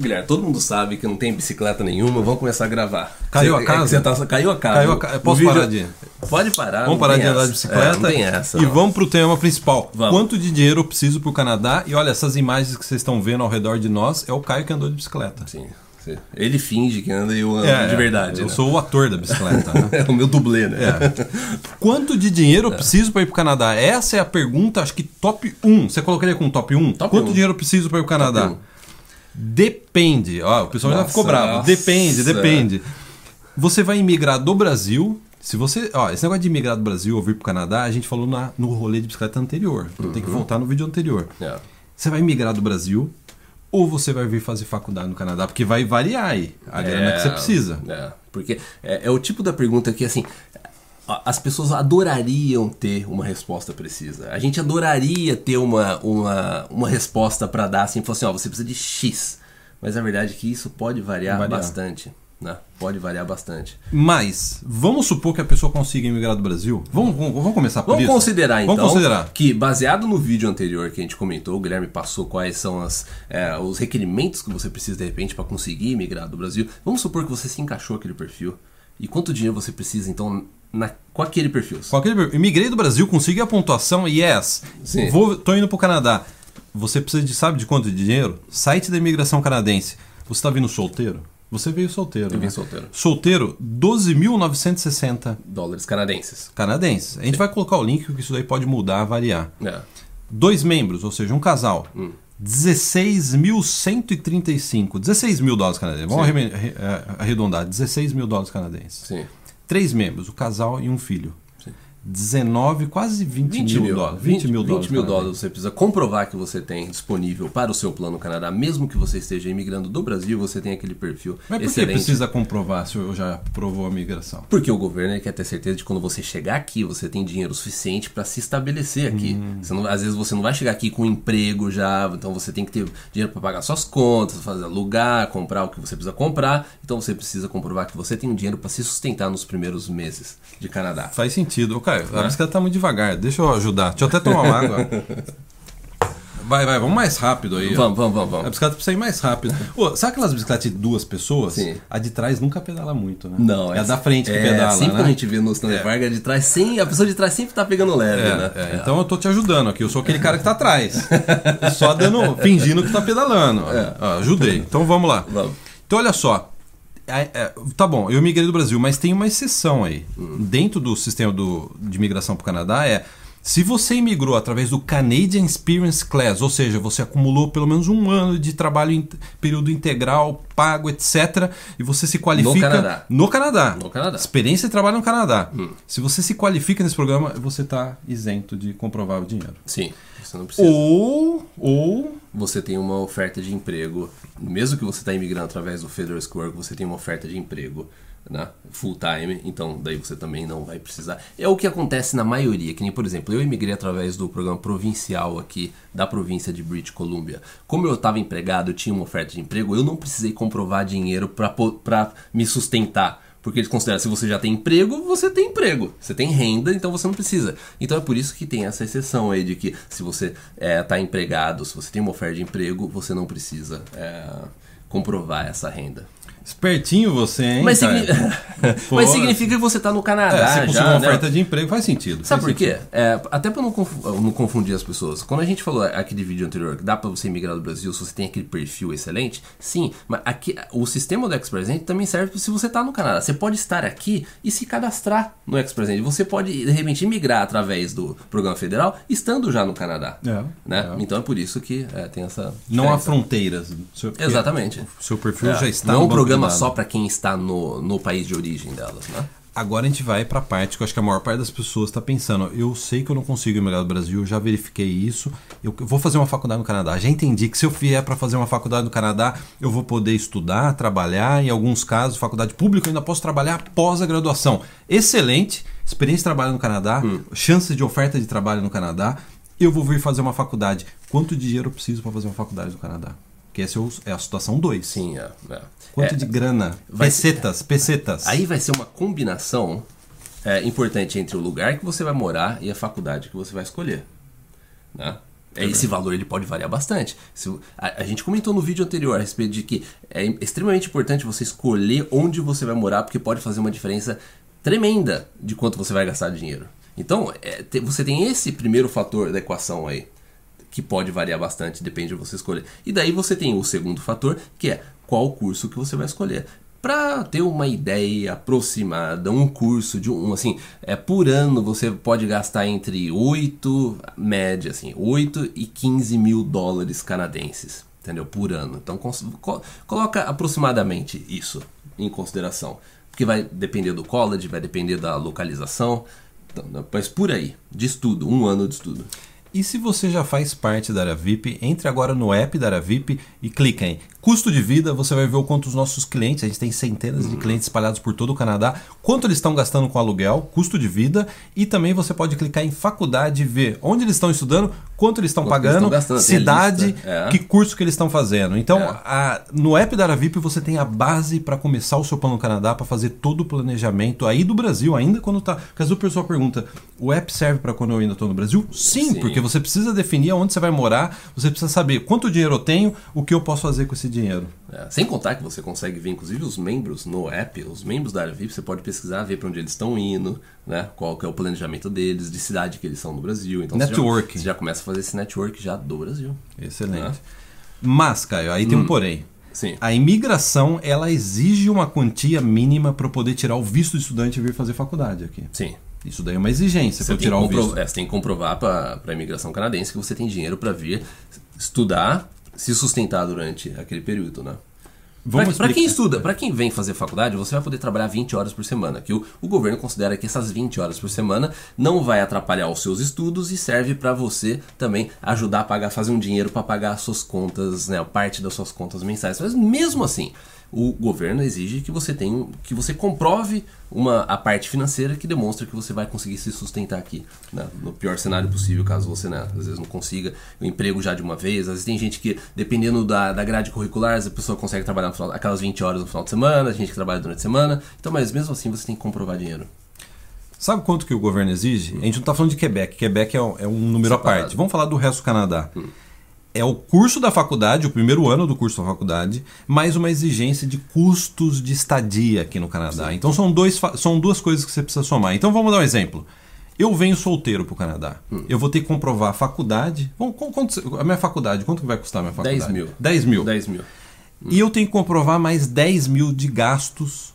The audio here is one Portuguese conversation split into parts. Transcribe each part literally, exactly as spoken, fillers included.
Guilherme, todo mundo sabe que não tem bicicleta nenhuma, vamos começar a gravar. Caiu você, a casa? É você tá, caiu a casa. Caiu a casa. Posso vídeo, parar de... Pode parar. Vamos parar de andar de bicicleta. É, não tem essa. E não. vamos pro tema principal. Vamos. Quanto de dinheiro eu preciso pro Canadá? E olha, essas imagens que vocês estão vendo ao redor de nós é o Caio que andou de bicicleta. Sim. Ele finge que anda e eu ando É, de verdade. Eu né? sou o ator da bicicleta. Né? É o meu dublê, né? É. Quanto de dinheiro eu preciso para ir pro Canadá? Essa é a pergunta, acho que top um. Você colocaria com top um? Top Quanto um. dinheiro eu preciso para ir pro Canadá? um. Depende. Ó, o pessoal Nossa, já ficou bravo. nossa. Depende, depende. Você vai imigrar do Brasil. Se você, ó, esse negócio de imigrar do Brasil ou vir pro Canadá, a gente falou na, no rolê de bicicleta anterior. Então uhum. tem que voltar no vídeo anterior. É. Você vai imigrar do Brasil ou você vai vir fazer faculdade no Canadá? Porque vai variar aí a grana é, que você precisa. É, porque é, é o tipo da pergunta que, assim, as pessoas adorariam ter uma resposta precisa. A gente adoraria ter uma, uma, uma resposta para dar, assim, falar assim, ó, você precisa de X. Mas a verdade é que isso pode variar, variar. bastante. Né? Pode variar bastante. Mas, vamos supor que a pessoa consiga emigrar do Brasil? Vamos, vamos, vamos começar por vamos isso? Considerar, então, vamos considerar que baseado no vídeo anterior que a gente comentou, o Guilherme passou quais são as, é, os requerimentos que você precisa de repente para conseguir emigrar do Brasil. Vamos supor que você se encaixou aquele perfil. E quanto dinheiro você precisa, então, na, com aquele perfil? Com aquele perfil. Imigrei do Brasil, consegui a pontuação, yes. Sim. Vou, tô indo pro Canadá. Você precisa de, sabe de quanto de dinheiro? Site da imigração canadense. Você tá vindo solteiro? Você veio solteiro. Eu né? vim solteiro. Solteiro, doze mil novecentos e sessenta dólares canadenses. Canadenses. A gente Sim. vai colocar o link, porque isso daí pode mudar, variar. É. Dois membros, ou seja, um casal. Hum. dezesseis mil cento e trinta e cinco. dezesseis mil dólares canadenses. Vamos Sim. arredondar. dezesseis mil dólares canadenses. Sim. Três membros, o casal e um filho. Sim. dezenove, quase vinte mil dólares. vinte mil vinte mil dólares dólares você precisa comprovar que você tem disponível para o seu plano Canadá, mesmo que você esteja imigrando do Brasil, você tem aquele perfil Mas por excelente. que precisa comprovar se eu já provou a migração? Porque o governo quer ter certeza de que quando você chegar aqui, você tem dinheiro suficiente para se estabelecer aqui. Hum. Você não, às vezes você não vai chegar aqui com um emprego já, então você tem que ter dinheiro para pagar suas contas, fazer alugar, comprar o que você precisa comprar. Então você precisa comprovar que você tem um dinheiro para se sustentar nos primeiros meses de Canadá. Faz sentido. Ô, Caio, a É? bicicleta tá muito devagar. Deixa eu ajudar. Deixa eu até tomar uma água. Vai, vai, vamos mais rápido aí. ó. Vamos, vamos, vamos, A vamos. bicicleta precisa ir mais rápido. Ô, sabe aquelas bicicletas de duas pessoas? Sim. A de trás nunca pedala muito, né? Não, é a da frente que é, pedala, sempre né? que a gente vê no Stanley É. Vargas de trás, sim, a pessoa de trás sempre tá pegando leve, É, né? é, então eu tô te ajudando aqui. Eu sou aquele cara que tá atrás. Só dando, fingindo que tá pedalando. É. Ó, ajudei. Então vamos lá. Vamos. Então olha só. É, é, tá bom, eu migrei do Brasil, mas tem uma exceção aí. Hum. Dentro do sistema do, de migração para o Canadá é... Se você imigrou através do Canadian Experience Class, ou seja, você acumulou pelo menos um ano de trabalho em período integral, pago, etcétera, e você se qualifica... No Canadá. No Canadá. No Canadá. Experiência de trabalho no Canadá. Hum. Se você se qualifica nesse programa, você está isento de comprovar o dinheiro. Sim, você não precisa. Ou... ou Você tem uma oferta de emprego, mesmo que você está imigrando através do Federal Work, você tem uma oferta de emprego, né? Full time, então daí você também não vai precisar. É o que acontece na maioria, que nem, por exemplo, eu imigrei através do programa provincial aqui da província de British Columbia. Como eu estava empregado, eu tinha uma oferta de emprego, eu não precisei comprovar dinheiro para me sustentar. Porque eles consideram que se você já tem emprego, você tem emprego. Você tem renda, então você não precisa. Então é por isso que tem essa exceção aí de que se você está empregado, se você tem uma oferta de emprego, você não precisa é, comprovar essa renda. Espertinho você, hein? Mas, cara? signi... Mas significa que você está no Canadá É, você já, conseguiu uma né? oferta de emprego, faz sentido. Sabe faz por quê? sentido. É, até para não, confu- não confundir as pessoas. Quando a gente falou aquele vídeo anterior que dá para você migrar do Brasil se você tem aquele perfil excelente, sim, mas aqui, o sistema do X-Present também serve se você está no Canadá. Você pode estar aqui e se cadastrar no X-Present. Você pode, de repente, migrar através do programa federal estando já no Canadá. É, né? é. Então é por isso que é, tem essa Não há diferença. fronteiras. Seu- Exatamente. O seu perfil É, já está não é no um banco programa de dados. só para quem está no, no país de origem delas, né? Agora a gente vai para a parte que eu acho que a maior parte das pessoas está pensando. Eu sei que eu não consigo emigrar do Brasil, eu já verifiquei isso. Eu vou fazer uma faculdade no Canadá. Já entendi que se eu vier para fazer uma faculdade no Canadá, eu vou poder estudar, trabalhar. Em alguns casos, faculdade pública, eu ainda posso trabalhar após a graduação. Excelente. Experiência de trabalho no Canadá, Hum. chances de oferta de trabalho no Canadá. Eu vou vir fazer uma faculdade. Quanto de dinheiro eu preciso para fazer uma faculdade no Canadá? Porque essa é o- é a situação dois. Sim, é. é. Quanto É, de grana? vai Pesetas, pesetas. Aí vai ser uma combinação é, importante entre o lugar que você vai morar e a faculdade que você vai escolher. Né? Esse valor ele pode variar bastante. Se, a, a gente comentou no vídeo anterior a respeito de que é extremamente importante você escolher onde você vai morar, porque pode fazer uma diferença tremenda de quanto você vai gastar de dinheiro. Então, é, te, você tem esse primeiro fator da equação aí, que pode variar bastante, depende de você escolher. E daí você tem o segundo fator, que é qual curso que você vai escolher. Para ter uma ideia aproximada, um curso de um, assim, é, por ano você pode gastar entre oito, média, assim, oito e quinze mil dólares canadenses, entendeu? Por ano. Então, co coloca aproximadamente isso em consideração. Porque vai depender do college, vai depender da localização, então, mas por aí, de estudo, um ano de estudo. E se você já faz parte da área V I P, entre agora no app da área V I P e clica em custo de vida, você vai ver o quanto os nossos clientes, a gente tem centenas uhum. de clientes espalhados por todo o Canadá, quanto eles estão gastando com aluguel, custo de vida, e também você pode clicar em faculdade e ver onde eles estão estudando, quanto eles estão quanto pagando, eles estão gastando, cidade, é. que curso que eles estão fazendo. Então, é. a, no app da área V I P você tem a base para começar o seu plano no Canadá, para fazer todo o planejamento aí do Brasil, ainda quando está... Porque às vezes o pessoal pergunta, o app serve para quando eu ainda estou no Brasil? Sim, Sim, porque você precisa definir aonde você vai morar, você precisa saber quanto dinheiro eu tenho, o que eu posso fazer com esse dinheiro. É, sem contar que você consegue ver, inclusive, os membros no app, os membros da área V I P, você pode pesquisar, ver para onde eles estão indo, né? Qual que é o planejamento deles, de cidade que eles são no Brasil. Então network. Você já, você já começa a fazer esse network já do Brasil. Excelente. Né? Mas, Caio, aí tem um porém. Sim. A imigração, ela exige uma quantia mínima para poder tirar o visto de estudante e vir fazer faculdade aqui. Sim. Isso daí é uma exigência para tirar o visto. É, você tem que comprovar para a imigração canadense que você tem dinheiro para vir estudar, se sustentar durante aquele período, né? Para quem estuda, para quem vem fazer faculdade, você vai poder trabalhar vinte horas por semana, que o, o governo considera que essas vinte horas por semana não vai atrapalhar os seus estudos e serve para você também ajudar a pagar, fazer um dinheiro para pagar as suas contas, né, parte das suas contas mensais. Mas mesmo assim, o governo exige que você tenha, que você comprove uma, a parte financeira que demonstra que você vai conseguir se sustentar aqui, né? No pior cenário possível, caso você, né, às vezes não consiga o emprego já de uma vez. Às vezes tem gente que, dependendo da, da grade curricular, a pessoa consegue trabalhar no final, aquelas vinte horas no final de semana, a gente que trabalha durante a semana. Então, mas mesmo assim você tem que comprovar dinheiro. Sabe quanto que o governo exige? Hum. A gente não está falando de Quebec. Quebec é um, é um número Separado. à parte. Vamos falar do resto do Canadá. Hum. É o curso da faculdade, o primeiro ano do curso da faculdade, mais uma exigência de custos de estadia aqui no Canadá. Sim. Então são, dois, são duas coisas que você precisa somar. Então vamos dar um exemplo. Eu venho solteiro para o Canadá. Hum. Eu vou ter que comprovar a faculdade. Bom, quanto, a minha faculdade, quanto que vai custar a minha faculdade? dez mil. dez mil. dez mil. Hum. E eu tenho que comprovar mais dez mil de gastos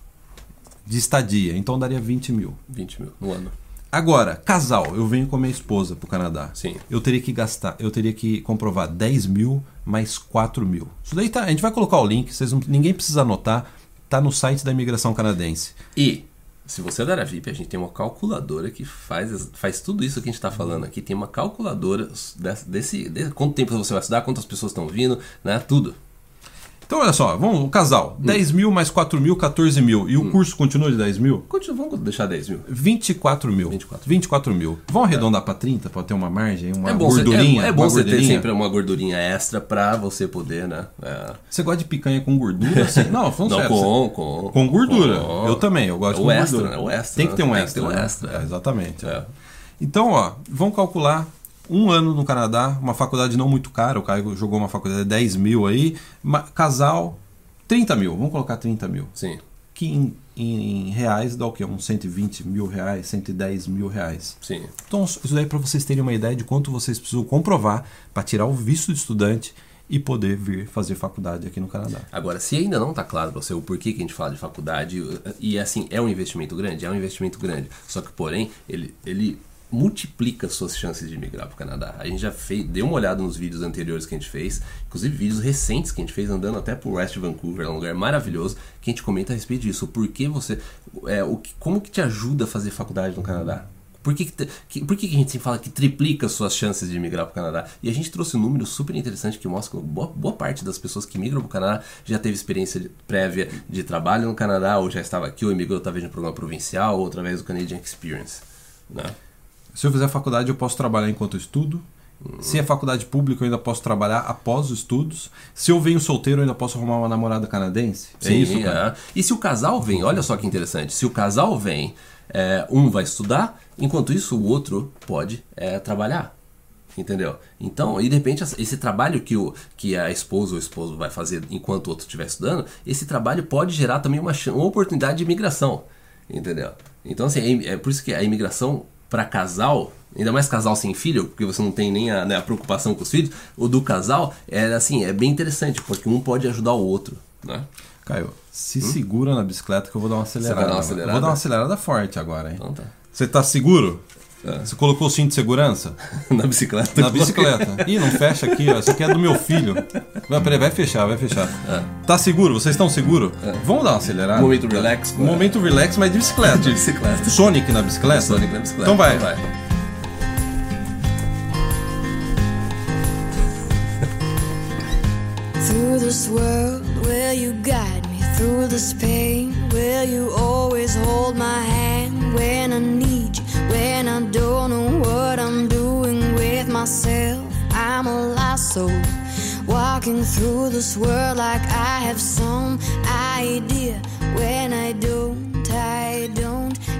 de estadia. Então daria vinte mil. vinte mil no ano. Agora, casal, eu venho com a minha esposa pro Canadá. Sim. Eu teria que gastar, eu teria que comprovar dez mil mais quatro mil. Isso daí tá, a gente vai colocar o link, vocês não, ninguém precisa anotar, tá no site da imigração canadense. E, se você é da área V I P, a gente tem uma calculadora que faz, faz tudo isso que a gente está falando aqui. Tem uma calculadora desse, desse, desse quanto tempo você vai estudar, quantas pessoas estão vindo, né? Tudo. Então, olha só, vamos, o casal, hum. dez mil mais quatro mil, quatorze mil. E o hum. curso continua de dez mil? Continua, vamos deixar dez mil. vinte e quatro mil. vinte e quatro. vinte e quatro mil. Vamos arredondar é. para trinta, para ter uma margem, uma é bom gordurinha? Você, é, é bom você ter sempre uma gordurinha extra para você poder, né? É. Você gosta de picanha com gordura? Assim? Não, falando Não, sério. Com, com, com gordura. Com, eu também, eu gosto é com o extra, gordura. Né? O extra, Tem que ter um Tem extra. Que ter um né? extra. É, exatamente. É. Então, ó, vamos calcular um ano no Canadá, uma faculdade não muito cara, o Caio jogou uma faculdade de dez mil aí, casal... trinta mil, vamos colocar trinta mil. Sim. Que em, em, em reais dá o quê? Uns cento e vinte mil reais, cento e dez mil reais. Sim. Então, isso daí é para vocês terem uma ideia de quanto vocês precisam comprovar para tirar o visto de estudante e poder vir fazer faculdade aqui no Canadá. Agora, se ainda não está claro para você o porquê que a gente fala de faculdade, e assim, é um investimento grande? É um investimento grande. Só que, porém, ele... ele multiplica suas chances de migrar para o Canadá. A gente já fez, deu uma olhada nos vídeos anteriores que a gente fez, inclusive vídeos recentes que a gente fez andando até por West Vancouver, é um lugar maravilhoso, que a gente comenta a respeito disso. Por que você, é, o que, como que te ajuda a fazer faculdade no Canadá? Por que, que, que, por que, que a gente sempre fala que triplica suas chances de migrar para o Canadá? E a gente trouxe um número super interessante que mostra que boa, boa parte das pessoas que migram para o Canadá já teve experiência de, prévia de trabalho no Canadá, ou já estava aqui, ou imigrou talvez no programa provincial, ou através do Canadian Experience, né? Se eu fizer faculdade, eu posso trabalhar enquanto eu estudo. Uhum. Se é faculdade pública, eu ainda posso trabalhar após os estudos. Se eu venho solteiro, eu ainda posso arrumar uma namorada canadense. Sim, é isso, cara? É. E se o casal vem, olha só que interessante, se o casal vem, é, um vai estudar, enquanto isso o outro pode é, trabalhar. Entendeu? Então, e de repente, esse trabalho que, o, que a esposa ou o esposo vai fazer enquanto o outro estiver estudando, esse trabalho pode gerar também uma, uma oportunidade de imigração. Entendeu? Então, assim, é, é por isso que a imigração para casal, ainda mais casal sem filho, porque você não tem nem a, né, a preocupação com os filhos, o do casal é, assim, é bem interessante, porque um pode ajudar o outro, né? Caio, se hum? segura na bicicleta que eu vou dar uma acelerada. Você vai dar uma acelerada? Eu vou dar uma acelerada forte agora, hein? Então tá. Você tá seguro? É. Você colocou o cinto de segurança? Na bicicleta? Na bicicleta. Ih, não fecha aqui, ó. Isso aqui é do meu filho. Não, peraí, vai fechar, vai fechar. É. Tá seguro? Vocês estão seguros? É. Vamos dar uma acelerada? Momento relax. Um momento relax, mas de bicicleta. De bicicleta. Sonic na bicicleta? Sonic na bicicleta. Então vai. Então vai. Through this world, will you guide me? Through this pain, will you always hold my hand when I need you? When I don't know what I'm doing with myself, I'm a lost soul, walking through this world like I have some idea. When I don't, I don't